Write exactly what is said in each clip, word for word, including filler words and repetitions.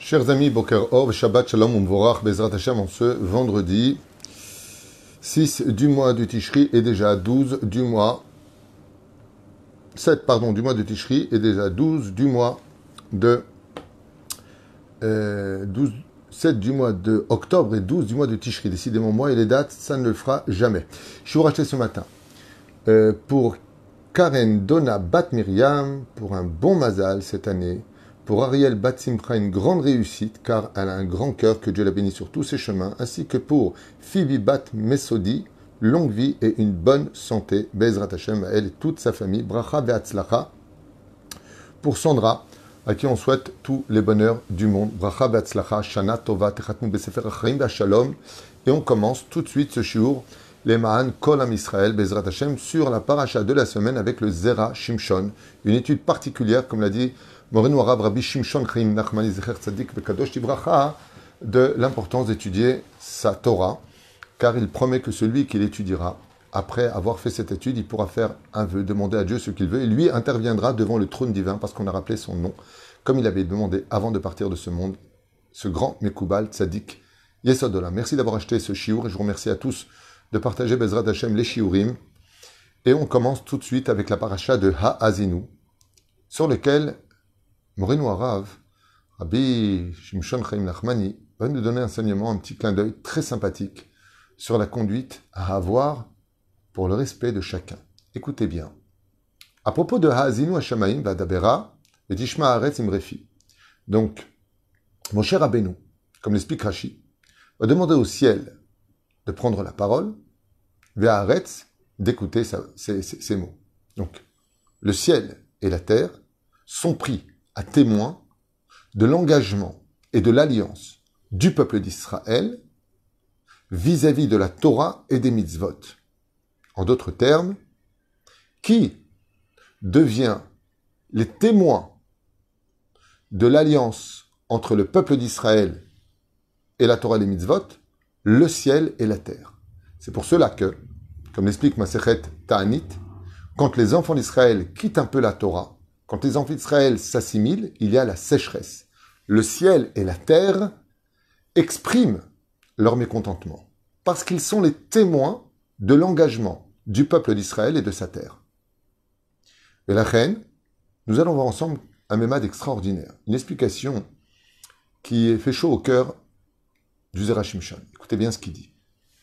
Chers amis, Boker Ov, Shabbat Shalom Umvorach, Bezrat Hashem, en ce vendredi six du mois du Tishri et déjà douze du mois, sept pardon, du mois de Tishri et déjà douze du mois de, euh, douze, sept du mois de octobre et douze du mois de Tishri. Décidément, moi et les dates, ça ne le fera jamais. Je suis racheté ce matin euh, pour Karen Donna Bat Miriam, pour un bon mazal cette année. Pour Ariel Bat Simcha, une grande réussite, car elle a un grand cœur, que Dieu la bénisse sur tous ses chemins, ainsi que pour Phoebe Bat Mesodi, longue vie et une bonne santé, Bezrat Hashem, à elle et toute sa famille, Bracha Be'atzlacha. Pour Sandra, à qui on souhaite tous les bonheurs du monde, Bracha Be'atzlacha, Shana Tova, Techatnu Besefer Achaim Be'Shalom, et on commence tout de suite ce shiur, les Ma'an Kol Am Israël, Bezrat Hashem, sur la paracha de la semaine avec le Zera Shimshon, une étude particulière, comme l'a dit Moreno Arabe Rabbi Shimshon Chaim Nachmani Zecher Tzadik Bekadosh Tibracha, de l'importance d'étudier sa Torah, car il promet que celui qui l'étudiera, après avoir fait cette étude, il pourra faire un vœu, demander à Dieu ce qu'il veut, et lui interviendra devant le trône divin, parce qu'on a rappelé son nom, comme il avait demandé avant de partir de ce monde, ce grand Mekoubal Tzadik Yesod Olam. Merci d'avoir acheté ce shiur, et je vous remercie à tous de partager Bezrat Hashem les shiurim, et on commence tout de suite avec la paracha de Ha'azinu, sur lequel Moreno Arav, Rabbi Shimshon Chaim Nachmani, va nous donner un enseignement, un petit clin d'œil très sympathique sur la conduite à avoir pour le respect de chacun. Écoutez bien. À propos de Ha'azinu Hashamaim V'adabera et Tishma Haaretz Imrefi. Donc, Moshe Rabbeinu, comme l'explique Rashi, va demander au ciel de prendre la parole, Ve'haaretz d'écouter ces, ces, ces mots. Donc, le ciel et la terre sont pris à témoin de l'engagement et de l'alliance du peuple d'Israël vis-à-vis de la Torah et des mitzvot. En d'autres termes, qui devient les témoins de l'alliance entre le peuple d'Israël et la Torah et les mitzvot? Le ciel et la terre. C'est pour cela que, comme l'explique Masechet Ta'anit, quand les enfants d'Israël quittent un peu la Torah, quand les enfants d'Israël s'assimilent, il y a la sécheresse. Le ciel et la terre expriment leur mécontentement, parce qu'ils sont les témoins de l'engagement du peuple d'Israël et de sa terre. Et la reine, nous allons voir ensemble un mémad extraordinaire, une explication qui fait chaud au cœur du Zera Shimshon. Écoutez bien ce qu'il dit.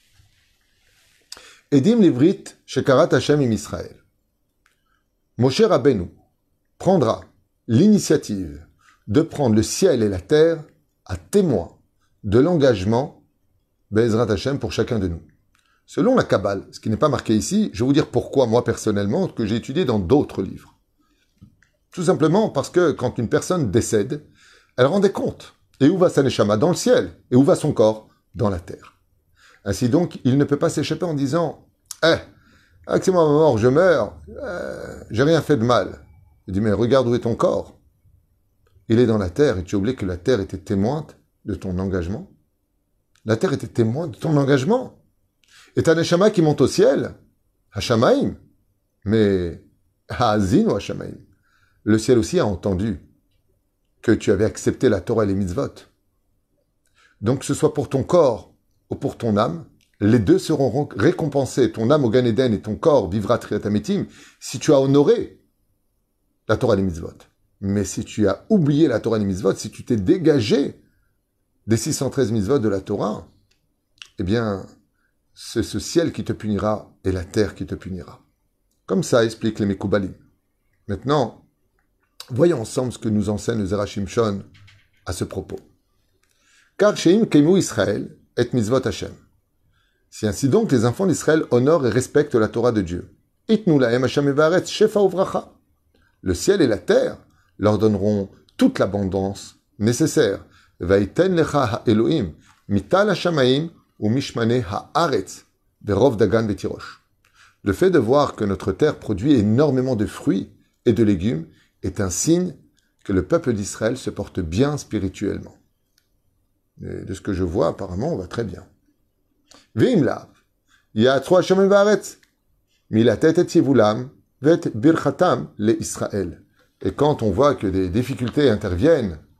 Edim livrit shekarat Hashem im Israël. Moshe Rabbeinu prendra l'initiative de prendre le ciel et la terre à témoin de l'engagement Be'ezrat Hashem pour chacun de nous. Selon la Kabbale, ce qui n'est pas marqué ici, je vais vous dire pourquoi moi personnellement, que j'ai étudié dans d'autres livres. Tout simplement parce que quand une personne décède, elle rend des comptes. Et où va sa neshama? Dans le ciel. Et où va son corps? Dans la terre. Ainsi donc, il ne peut pas s'échapper en disant « Eh, avec c'est moi ma mort, je meurs, euh, j'ai rien fait de mal. » Il dit, mais regarde où est ton corps. Il est dans la terre, et tu as oublié que la terre était témoin de ton engagement. La terre était témoin de ton engagement. Et ta neshama qui monte au ciel, Hashamaim, mais Ha'azin ou Hashamaim. Le ciel aussi a entendu que tu avais accepté la Torah et les mitzvot. Donc que ce soit pour ton corps ou pour ton âme, les deux seront récompensés. Ton âme au Gan Eden et ton corps vivra triatamétim si tu as honoré la Torah et les mitzvot. Mais si tu as oublié la Torah et les mitzvot, si tu t'es dégagé des six cent treize mitzvot de la Torah, eh bien, c'est ce ciel qui te punira et la terre qui te punira. Comme ça explique les Mekoubalim. Maintenant, voyons ensemble ce que nous enseigne le Zera Shimshon à ce propos. Car Sheim Keimu Israël et mitzvot Hashem. Si ainsi donc les enfants d'Israël honorent et respectent la Torah de Dieu, Itnu lahem Hashem evaretz shefa uvracha. Le ciel et la terre leur donneront toute l'abondance nécessaire. Vaiten lecha ha'elohim mital hashamaim ou mishmane ha'aretz verov dagan vetirosh. Le fait de voir que notre terre produit énormément de fruits et de légumes est un signe que le peuple d'Israël se porte bien spirituellement. Et de ce que je vois, apparemment, on va très bien. V'im lav ya'atru hashamim va'aretz milatet et yevulam vet birchatam le Israël. Et quand on voit que des difficultés interviennent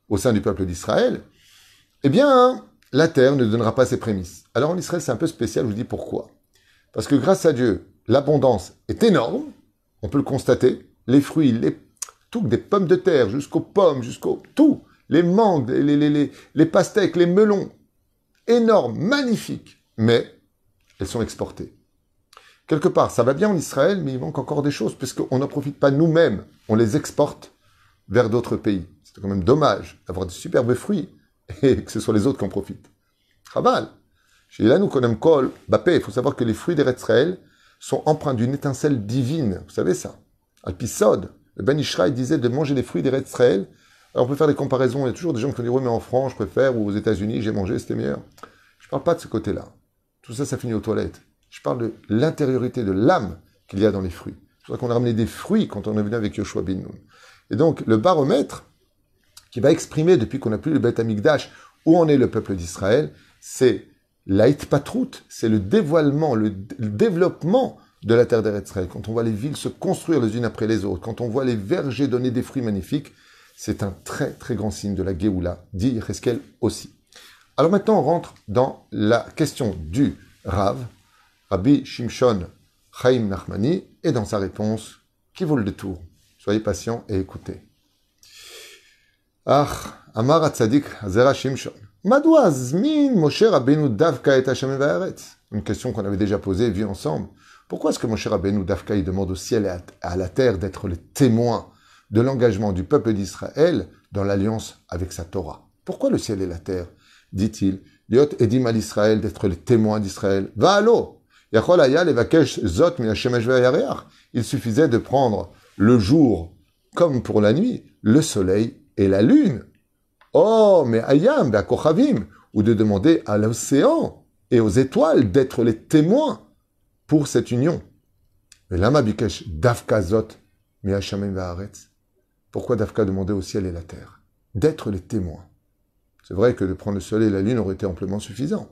au sein du peuple d'Israël, eh bien, la terre ne donnera pas ses prémices. Alors en Israël, c'est un peu spécial, je vous dis pourquoi. Parce que grâce à Dieu, l'abondance est énorme, on peut le constater, les fruits, les, tout, des pommes de terre jusqu'aux pommes, jusqu'au tout, les mangues, les, les, les, les pastèques, les melons, énormes, magnifiques, mais elles sont exportées. Quelque part, ça va bien en Israël, mais il manque encore des choses, puisqu'on n'en profite pas nous-mêmes, on les exporte vers d'autres pays. C'est quand même dommage d'avoir de superbes fruits et que ce soit les autres qui en profitent. Chaval. Chez là, nous connaissons Kol, Bapé, il faut savoir que les fruits d'Eretz Israël sont empreints d'une étincelle divine. Vous savez ça. Al-Pisod, le Ben Ishraï disait de manger les fruits d'Eretz Israël. Alors on peut faire des comparaisons, il y a toujours des gens qui vont dire, oui, mais en France, je préfère, ou aux États-Unis, j'ai mangé, c'était meilleur. Je ne parle pas de ce côté-là. Tout ça, ça finit aux toilettes. Je parle de l'intériorité, de l'âme qu'il y a dans les fruits. C'est pour ça qu'on a ramené des fruits quand on est venu avec Yoshua bin Nun. Et donc, le baromètre qui va exprimer, depuis qu'on n'a plus le Beth Amikdash, où en est le peuple d'Israël, c'est l'Aït-Patrout, c'est le dévoilement, le, le développement de la terre d'Eretz Israël. Quand on voit les villes se construire les unes après les autres, quand on voit les vergers donner des fruits magnifiques, c'est un très très grand signe de la Géoula, dit Yecheskel aussi. Alors maintenant, on rentre dans la question du Rav, Rabbi Shimshon Chaim Nachmani, et dans sa réponse, qui vaut le détour. Soyez patients et écoutez. Ah, Amar Atzadik Zera Shimshon. Madoua Zmin Moshe Rabbeinu Davka et Hashem Va'aretz. Une question qu'on avait déjà posée et vue ensemble. Pourquoi est-ce que Moshe Rabbeinu Davka il demande au ciel et à la terre d'être les témoins de l'engagement du peuple d'Israël dans l'alliance avec sa Torah? Pourquoi le ciel et la terre? Dit-il, Liot Edim al Israël, d'être les témoins d'Israël. Va à l'eau. Il suffisait de prendre le jour comme pour la nuit, le soleil et la lune. Oh, mais ayam, kochavim, ou de demander à l'océan et aux étoiles d'être les témoins pour cette union. Mais lama bikesh dafka zot mi hashamim va'aretz. Pourquoi dafka demander au ciel et la terre? D'être les témoins. C'est vrai que de prendre le soleil et la lune aurait été amplement suffisant.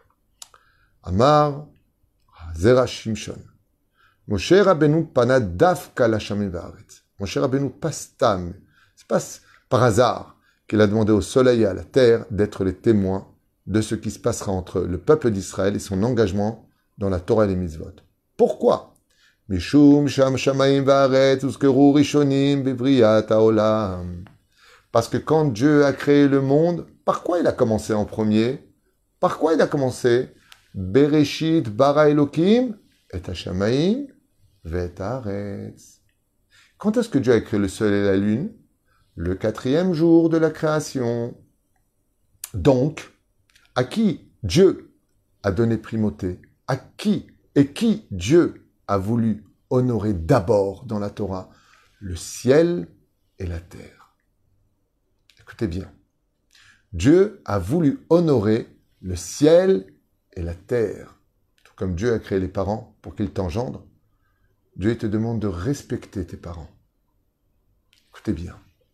Amar Zera Shimshon. Moshe Rabbeinu pana dafka l'Hashamim va'aretz. Moshe Rabbeinu pastam. C'est pas par hasard qu'il a demandé au soleil et à la terre d'être les témoins de ce qui se passera entre le peuple d'Israël et son engagement dans la Torah et les mitzvot. Pourquoi? Mishum sham shamayim va'aretz uzkeru rishonim bevriyat haolam. Parce que quand Dieu a créé le monde, par quoi il a commencé en premier? Par quoi il a commencé? Bereshit bara Elokim et hashamayim ve'et haaretz. Quand est-ce que Dieu a créé le soleil et la lune? Le quatrième jour de la création. Donc, à qui Dieu a donné primauté? À qui et qui Dieu a voulu honorer d'abord dans la Torah? Le ciel et la terre. Écoutez bien. Dieu a voulu honorer le ciel et la terre. Tout comme Dieu a créé les parents pour qu'ils t'engendrent, Dieu te demande de respecter tes parents. Écoutez bien.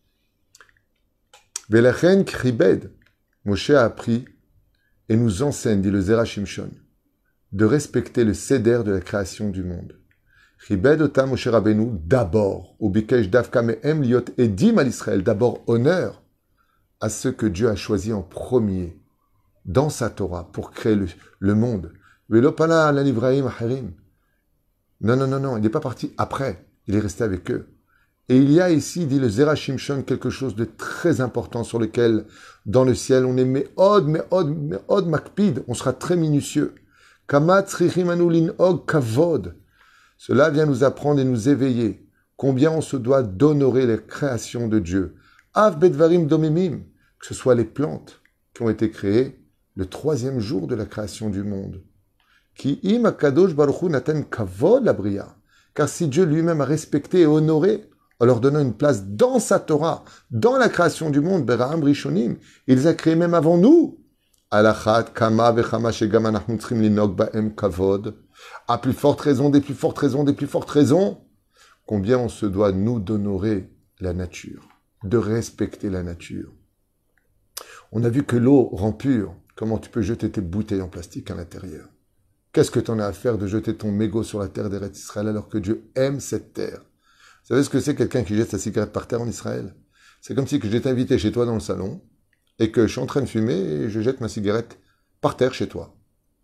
Velachen kribed, Moshe a appris et nous enseigne, dit le Zera Shimshon, de respecter le céder de la création du monde. Kribed ota Moshe Rabbeinu d'abord, ou bikesh davka me'em liot edim al Israël, d'abord honneur à ce que Dieu a choisi en premier dans sa Torah pour créer le, le monde. Velopala ala Ibrahim harim. Non, non, non, non, il n'est pas parti après, il est resté avec eux. Et il y a ici, dit le Zera Shimshon, quelque chose de très important sur lequel, dans le ciel, on est me'od, me'od, me'od makpid, on sera très minutieux. Kamat tzrichim anu lin'og kavod. Cela vient nous apprendre et nous éveiller combien on se doit d'honorer les créations de Dieu. Av bedvarim domimim, que ce soit les plantes qui ont été créées le troisième jour de la création du monde. Ki im akadosh baruch hu naten kavod la bria. Car si Dieu lui-même a respecté et honoré, en leur donnant une place dans sa Torah, dans la création du monde, Beraham Rishonim, il les a créés même avant nous. Alachat kama vechama shegam anachnu tzrim linog ba'em kavod. À plus forte raison, des plus fortes raisons, des plus fortes raisons, combien on se doit, nous, d'honorer la nature, de respecter la nature. On a vu que l'eau rend pure. Comment tu peux jeter tes bouteilles en plastique à l'intérieur? Qu'est-ce que tu en as à faire de jeter ton mégot sur la terre d'Eretz Israël alors que Dieu aime cette terre? Vous savez ce que c'est quelqu'un qui jette sa cigarette par terre en Israël? C'est comme si que j'étais invité chez toi dans le salon et que je suis en train de fumer et je jette ma cigarette par terre chez toi.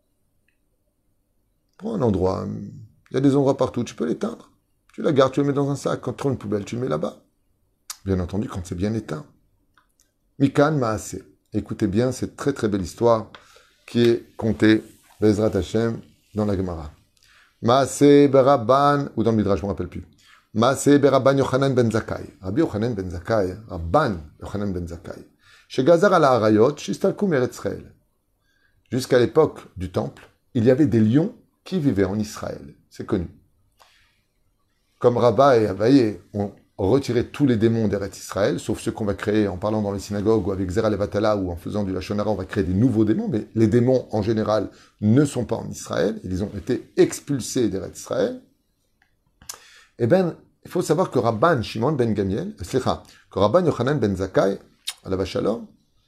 Prends un endroit, il y a des endroits partout, tu peux l'éteindre. Tu la gardes, tu le mets dans un sac. Quand tu trouves une poubelle, tu le mets là-bas. Bien entendu, quand c'est bien éteint. Mikan Maase. Écoutez bien cette très très belle histoire qui est contée, Bezrat Hashem, dans la Gemara. Maase Beraban, ou dans le Midrash, je ne me rappelle plus. Maase Beraban Yochanan ben Zakkai. Rabbi Yochanan ben Zakkai, Rabban Yochanan ben Zakkai. Chez Gazar al Arayot, Shistalkum Eretz Israël. Jusqu'à l'époque du temple, il y avait des lions qui vivaient en Israël. C'est connu. Comme Rabba et Abaye ont retiré tous les démons d'Eretz Israël, sauf ceux qu'on va créer en parlant dans les synagogues ou avec Zera Levatala ou en faisant du Lachon Hara, on va créer des nouveaux démons, mais les démons en général ne sont pas en Israël, ils ont été expulsés d'Eretz Israël. Eh bien, il faut savoir que Rabban Shimon ben Gamiel, slicha, que Rabban Yochanan ben Zakkai, Alav Shalom,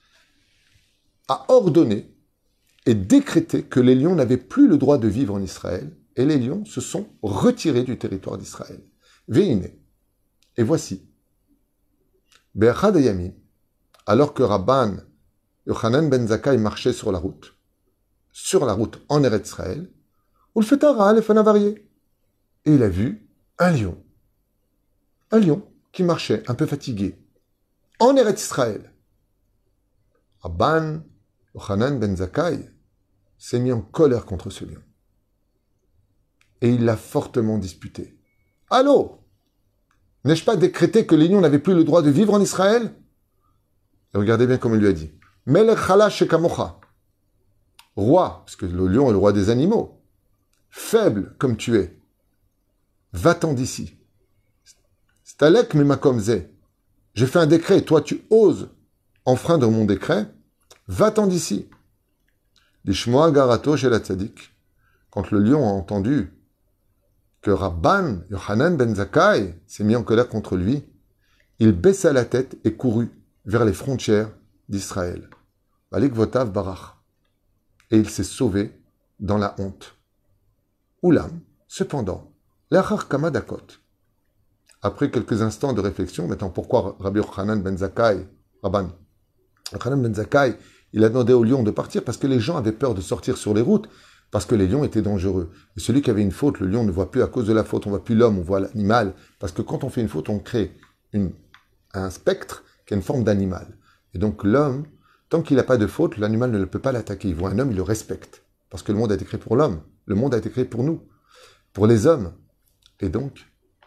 a ordonné et décrété que les lions n'avaient plus le droit de vivre en Israël, et les lions se sont retirés du territoire d'Israël. Veine. Et voici. Be'achad Yamim, alors que Rabban Yochanan ben Zakkai marchait sur la route, sur la route en Eretz Israël, où le fetara le fanavarié. Et il a vu un lion. Un lion qui marchait un peu fatigué en Eretz Israël. Rabban Yochanan ben Zakkai s'est mis en colère contre ce lion. Et il l'a fortement disputé. Allô? N'ai-je pas décrété que les lions n'avaient plus le droit de vivre en Israël? Et regardez bien comme il lui a dit. Melech Chalash Shekamocha. Roi, parce que le lion est le roi des animaux. Faible comme tu es. Va-t'en d'ici. Stalek Mimakom Ze. J'ai fait un décret, toi tu oses enfreindre mon décret. Va-t'en d'ici. Lishmoa Garato chez la Tzadik. Quand le lion a entendu que Rabban Yochanan ben Zakkai s'est mis en colère contre lui, il baissa la tête et courut vers les frontières d'Israël. Balik Votav Barach. Et il s'est sauvé dans la honte. Oulam, cependant, l'achar kamadakot. Après quelques instants de réflexion, maintenant pourquoi Rabbi Yochanan ben Zakkai, Rabban Yochanan ben Zakkai, il a demandé aux lions de partir parce que les gens avaient peur de sortir sur les routes, parce que les lions étaient dangereux. Et celui qui avait une faute, le lion ne voit plus à cause de la faute, on ne voit plus l'homme, on voit l'animal. Parce que quand on fait une faute, on crée une, un spectre qui a une forme d'animal. Et donc l'homme, tant qu'il n'a pas de faute, l'animal ne peut pas l'attaquer. Il voit un homme, il le respecte. Parce que le monde a été créé pour l'homme. Le monde a été créé pour nous, pour les hommes. Et donc,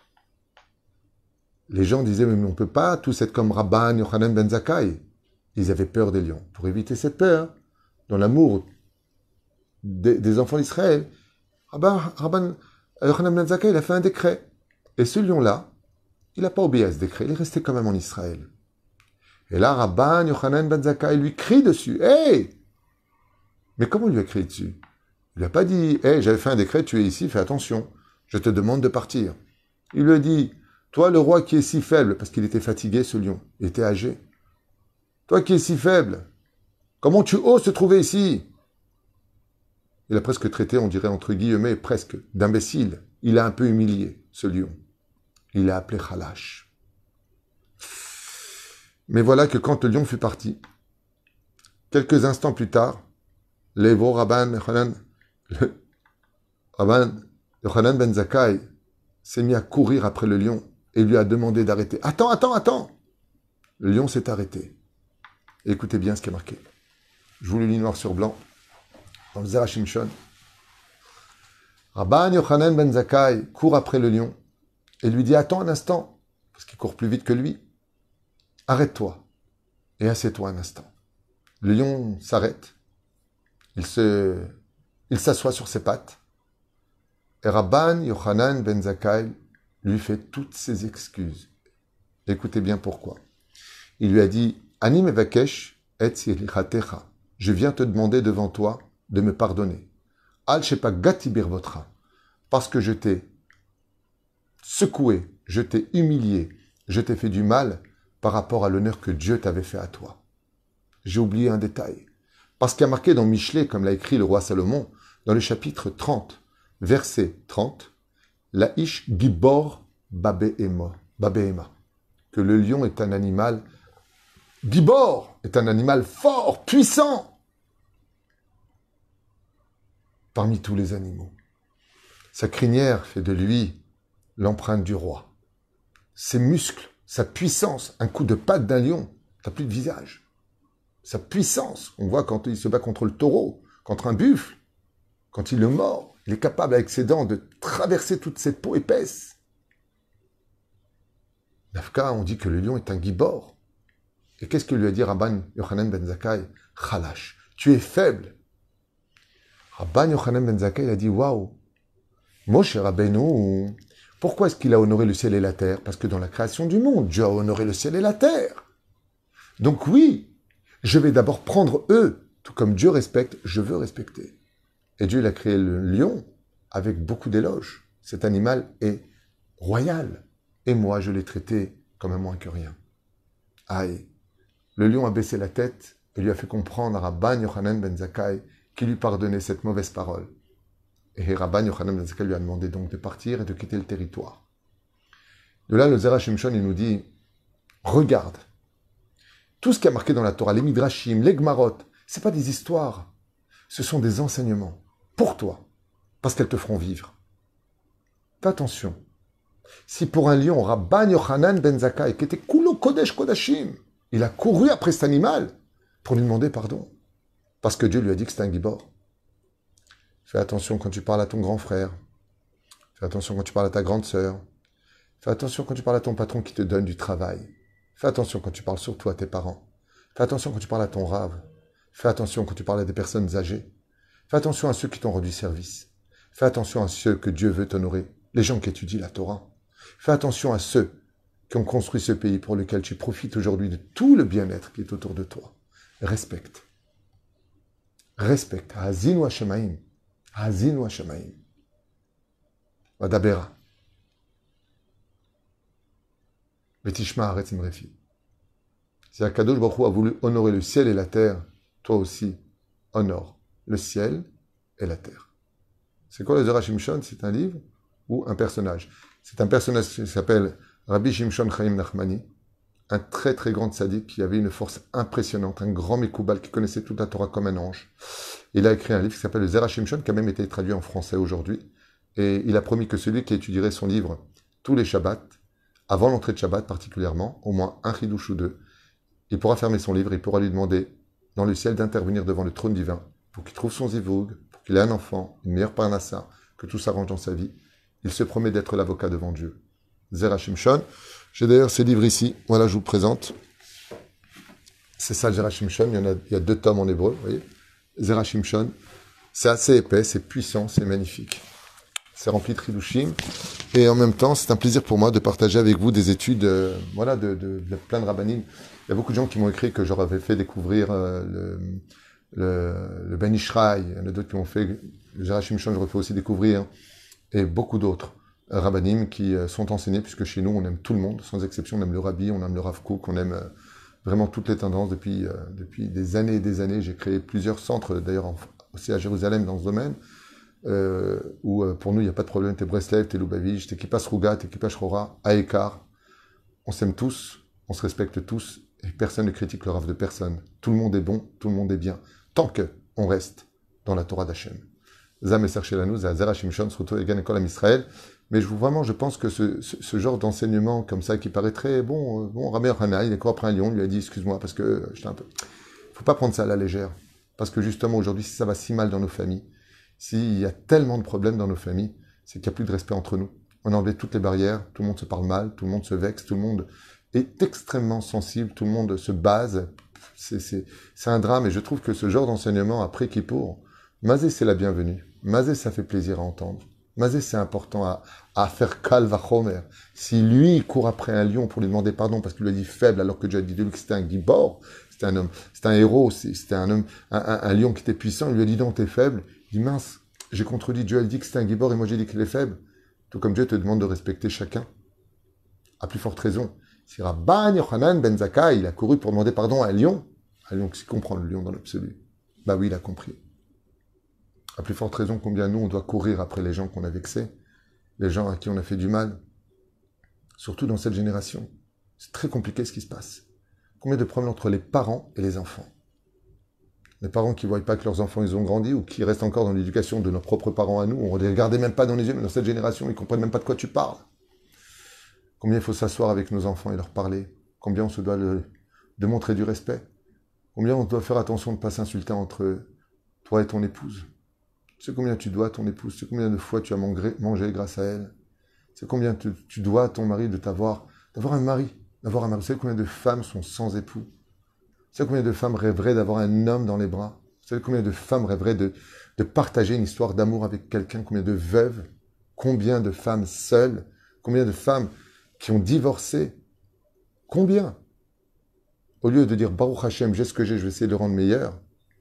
les gens disaient, mais on ne peut pas tous être comme Rabban Yochanan ben Zakkai. Ils avaient peur des lions. Pour éviter cette peur, dans l'amour Des, des enfants d'Israël, Rabban Yochanan ben Zakkai, il a fait un décret. Et ce lion-là, il n'a pas obéi à ce décret, il est resté quand même en Israël. Et là, Rabban Yochanan ben Zakkai lui crie dessus. Hey! Mais comment il lui a crié dessus? Il lui a pas dit, hey, j'avais fait un décret, tu es ici, fais attention, je te demande de partir. Il lui a dit, toi le roi qui est si faible, parce qu'il était fatigué ce lion, il était âgé. Toi qui es si faible, comment tu oses te trouver ici? Il a presque traité, on dirait entre guillemets, presque d'imbécile. Il a un peu humilié ce lion. Il l'a appelé Khalash. Mais voilà que quand le lion fut parti, quelques instants plus tard, l'Evo Rabban Yochanan, le Rabban Yochanan ben Zakkai s'est mis à courir après le lion et lui a demandé d'arrêter. Attends, attends, attends! Le lion s'est arrêté. Et écoutez bien ce qui est marqué. Je vous le lis noir sur blanc. Dans le Zera Shimshon, Rabban Yochanan ben Zakkai court après le lion et lui dit, attends un instant, parce qu'il court plus vite que lui. Arrête-toi et assieds-toi un instant. Le lion s'arrête, il se, il s'assoit sur ses pattes et Rabban Yochanan ben Zakkai lui fait toutes ses excuses. Écoutez bien pourquoi. Il lui a dit, Ani mevakesh et silichatecha. Je viens te demander devant toi de me pardonner. Al shepa gati birvotra. Parce que je t'ai secoué, je t'ai humilié, je t'ai fait du mal par rapport à l'honneur que Dieu t'avait fait à toi. J'ai oublié un détail. Parce qu'il y a marqué dans Michelet, comme l'a écrit le roi Salomon, dans le chapitre trente, verset trente, La ish gibor babehema, babehema, que le lion est un animal Gibor est un animal fort, puissant, parmi tous les animaux. Sa crinière fait de lui l'empreinte du roi. Ses muscles, sa puissance, un coup de patte d'un lion, t'as plus de visage. Sa puissance, on voit quand il se bat contre le taureau, contre un buffle, quand il le mord, il est capable avec ses dents de traverser toute cette peau épaisse. Nafka, on dit que le lion est un gibor. Et qu'est-ce que lui a dit Rabban Yochanan ben Zakkai? Khalash, tu es faible. Rabban Yochanan ben Zakkai a dit, waouh, Moshe Rabbeinu, pourquoi est-ce qu'il a honoré le ciel et la terre? Parce que dans la création du monde, Dieu a honoré le ciel et la terre. Donc oui, je vais d'abord prendre eux, tout comme Dieu respecte, je veux respecter. Et Dieu, il a créé le lion avec beaucoup d'éloges. Cet animal est royal. Et moi, je l'ai traité comme un moins que rien. Aïe. Le lion a baissé la tête et lui a fait comprendre à Rabban Yochanan ben Zakkai qu'il lui pardonnait cette mauvaise parole. Et Rabban Yochanan ben Zakkai lui a demandé donc de partir et de quitter le territoire. De là, le Zera Shimshon, il nous dit, regarde, tout ce qui a marqué dans la Torah, les Midrashim, les Gmarot, ce pas des histoires, ce sont des enseignements pour toi, parce qu'elles te feront vivre. Fais attention. Si pour un lion, Rabban Yochanan ben Zakkai, qui était Kulo Kodesh Kodashim, il a couru après cet animal pour lui demander pardon, parce que Dieu lui a dit que c'était un gibor. Fais attention quand tu parles à ton grand frère. Fais attention quand tu parles à ta grande sœur. Fais attention quand tu parles à ton patron qui te donne du travail. Fais attention quand tu parles surtout à tes parents. Fais attention quand tu parles à ton rave. Fais attention quand tu parles à des personnes âgées. Fais attention à ceux qui t'ont rendu service. Fais attention à ceux que Dieu veut honorer, les gens qui étudient la Torah. Fais attention à ceux qui ont construit ce pays pour lequel tu profites aujourd'hui de tout le bien-être qui est autour de toi. Respecte. Respecte. Hazin wa shemaim. Hazin wa shemaim. Vadabera. Betishma aretz imrefi. Si Akadosh Baruch Hu a voulu honorer le ciel et la terre, toi aussi, honore le ciel et la terre. C'est quoi le Zera Shimshon? C'est un livre ou un personnage? C'est un personnage qui s'appelle Rabbi Shimshon Chaim Nachmani, un très très grand tzaddik qui avait une force impressionnante, un grand Mekoubal qui connaissait toute la Torah comme un ange. Il a écrit un livre qui s'appelle le Zera Shimshon, qui a même été traduit en français aujourd'hui. Et il a promis que celui qui étudierait son livre tous les Shabbats, avant l'entrée de Shabbat particulièrement, au moins un chidouche ou deux, il pourra fermer son livre, il pourra lui demander dans le ciel d'intervenir devant le trône divin pour qu'il trouve son zivoug, pour qu'il ait un enfant, une meilleure parnassa, que tout s'arrange dans sa vie. Il se promet d'être l'avocat devant Dieu. Zera Shimshon. J'ai d'ailleurs ces livres ici. Voilà, je vous présente. C'est ça le Zera Shimshon. Il y en a, il y a deux tomes en hébreu, vous voyez. Zera Shimshon. C'est assez épais, c'est puissant, c'est magnifique. C'est rempli de chidushim. Et en même temps, c'est un plaisir pour moi de partager avec vous des études, euh, voilà, de, de, de plein de rabbanim. Il y a beaucoup de gens qui m'ont écrit que je leur avais fait découvrir euh, le, le, le Ben Ishraï. Il y en a d'autres qui m'ont fait, le Zera Shimshon, je refais aussi découvrir. Et beaucoup d'autres euh, rabbanim qui euh, sont enseignés, puisque chez nous, on aime tout le monde, sans exception. On aime le Rabbi, on aime le Rav Kook, on aime euh, vraiment toutes les tendances. Depuis, euh, depuis des années et des années, j'ai créé plusieurs centres, d'ailleurs en, aussi à Jérusalem dans ce domaine, euh, où euh, pour nous, il n'y a pas de problème. T'es Breslev, t'es Lubavitch, t'es Kippas Ruga, t'es Kippas Rora, à Ekar. On s'aime tous, on se respecte tous, et personne ne critique le Rav de personne. Tout le monde est bon, tout le monde est bien, tant que on reste dans la Torah d'Hachem. Zam et Serchelanu, Zera Shimshon, Sruto Egan Ekol Am Israël. Mais je, vraiment, je pense que ce, ce, ce genre d'enseignement comme ça, qui paraît très bon, euh, bon, Rabbi Yochanan, il est couru après un lion, il lui a dit, excuse-moi, parce que euh, j'étais un peu... Il faut pas prendre ça à la légère. Parce que justement, aujourd'hui, si ça va si mal dans nos familles, s'il y a tellement de problèmes dans nos familles, c'est qu'il n'y a plus de respect entre nous. On a enlevé toutes les barrières, tout le monde se parle mal, tout le monde se vexe, tout le monde est extrêmement sensible, tout le monde se base. C'est, c'est, c'est un drame, et je trouve que ce genre d'enseignement, après Kippour, Mazé, c'est la bienvenue. Mazé, ça fait plaisir à entendre. Mazé, c'est important à, à faire kal vachomer. Si lui, il court après un lion pour lui demander pardon parce qu'il lui a dit faible, alors que Dieu a dit de lui que c'était un gibor, c'était un homme, c'était un héros, c'était un homme, un, un, un lion qui était puissant, il lui a dit non, t'es faible. Il dit mince, j'ai contredit, Dieu a dit que c'était un gibor et moi j'ai dit qu'il est faible. Tout comme Dieu te demande de respecter chacun. À plus forte raison. Si Rabban Yochanan ben Zakkai, il a couru pour demander pardon à un lion, un lion qui comprend le lion dans l'absolu. Bah oui, il a compris. À plus forte raison, combien nous, on doit courir après les gens qu'on a vexés, les gens à qui on a fait du mal, surtout dans cette génération. C'est très compliqué ce qui se passe. Combien de problèmes entre les parents et les enfants? Les parents qui ne voient pas que leurs enfants ils ont grandi ou qui restent encore dans l'éducation de nos propres parents à nous, on ne les regardait même pas dans les yeux, mais dans cette génération, ils ne comprennent même pas de quoi tu parles. Combien il faut s'asseoir avec nos enfants et leur parler? Combien on se doit le, de montrer du respect? Combien on doit faire attention de ne pas s'insulter entre toi et ton épouse? Tu sais combien tu dois à ton épouse? Tu sais combien de fois tu as mangé, mangé grâce à elle? Tu sais combien tu, tu dois à ton mari de t'avoir, d'avoir un mari, d'avoir un mari. Tu sais combien de femmes sont sans époux? Tu sais combien de femmes rêveraient d'avoir un homme dans les bras? Tu sais combien de femmes rêveraient de, de partager une histoire d'amour avec quelqu'un? Combien de veuves? Combien de femmes seules? Combien de femmes qui ont divorcé? Combien? Au lieu de dire Baruch Hashem, j'ai ce que j'ai, je vais essayer de le rendre meilleur.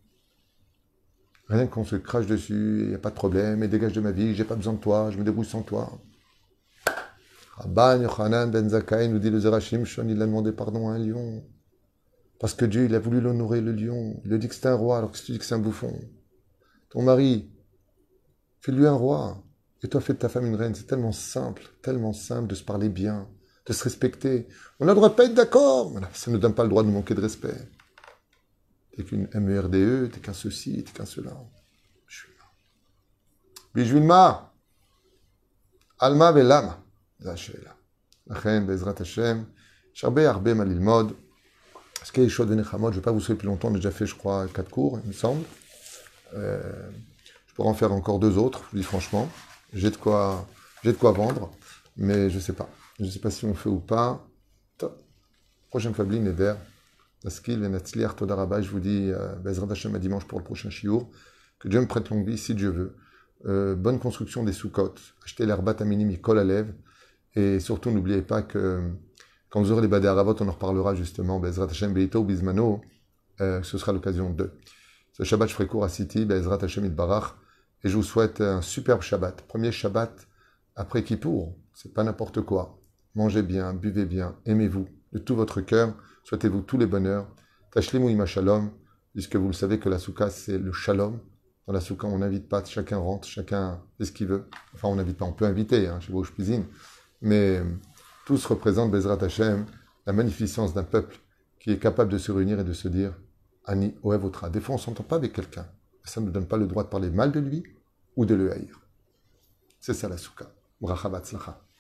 Rien qu'on se crache dessus, il n'y a pas de problème, et dégage de ma vie, j'ai pas besoin de toi, je me débrouille sans toi. Rabban Yochanan ben Zakkai nous dit le Zerachim Shon, il a demandé pardon à un lion. Parce que Dieu, il a voulu l'honorer, le lion. Il a dit que c'est un roi, alors que tu dis que c'est un bouffon. Ton mari, fais-lui un roi. Et toi, fais de ta femme une reine. C'est tellement simple, tellement simple de se parler bien, de se respecter. On a le droit de pas être d'accord. Voilà, ça ne nous donne pas le droit de nous manquer de respect. T'es qu'une M E R D E, t'es qu'un ceci, t'es qu'un cela. Je suis là. Bijouilma. Alma velama. Zachela. Lachem, Bezrat Hashem. Sharbe arbe malilmod. Parce qu'il y a des choses de Nechamot, je ne vais pas vous souhaiter plus longtemps, on a déjà fait, je crois, quatre cours, il me semble. Euh, je pourrais en faire encore deux autres, je vous dis franchement. J'ai de quoi, j'ai de quoi vendre, mais je ne sais pas. Je ne sais pas si on fait ou pas. Top. Prochaine fois, Neder. Naskil, Venatzliar, Todarabah, je vous dis, euh, Bezrat Hashem à dimanche pour le prochain shiur. Que Dieu me prête longue vie, si Dieu veut. Euh, bonne construction des soukot. Achetez l'herbat à minimi, kol à lèvres. Et surtout, n'oubliez pas que quand vous aurez les Badé Aravot, on en reparlera justement. Bezrat Hashem Beito Bismano, euh, ce sera l'occasion de. Ce Shabbat, je ferai court à City, Bezrat Hashem Itbarach, et je vous souhaite un superbe Shabbat. Premier Shabbat après Kippour, c'est pas n'importe quoi. Mangez bien, buvez bien, aimez-vous de tout votre cœur, souhaitez-vous tous les bonheurs. Tashlimu ima shalom, puisque vous le savez que la soukha c'est le shalom. Dans la soukha, on n'invite pas, chacun rentre, chacun fait ce qu'il veut. Enfin, on n'invite pas, on peut inviter, hein, chez vous, je cuisine, mais tous représentent Bezrat Hashem, la magnificence d'un peuple qui est capable de se réunir et de se dire Ani Oev Otra. Des fois, on ne s'entend pas avec quelqu'un. Ça ne nous donne pas le droit de parler mal de lui ou de le haïr. C'est ça la soukha. Bracha Batzlacha.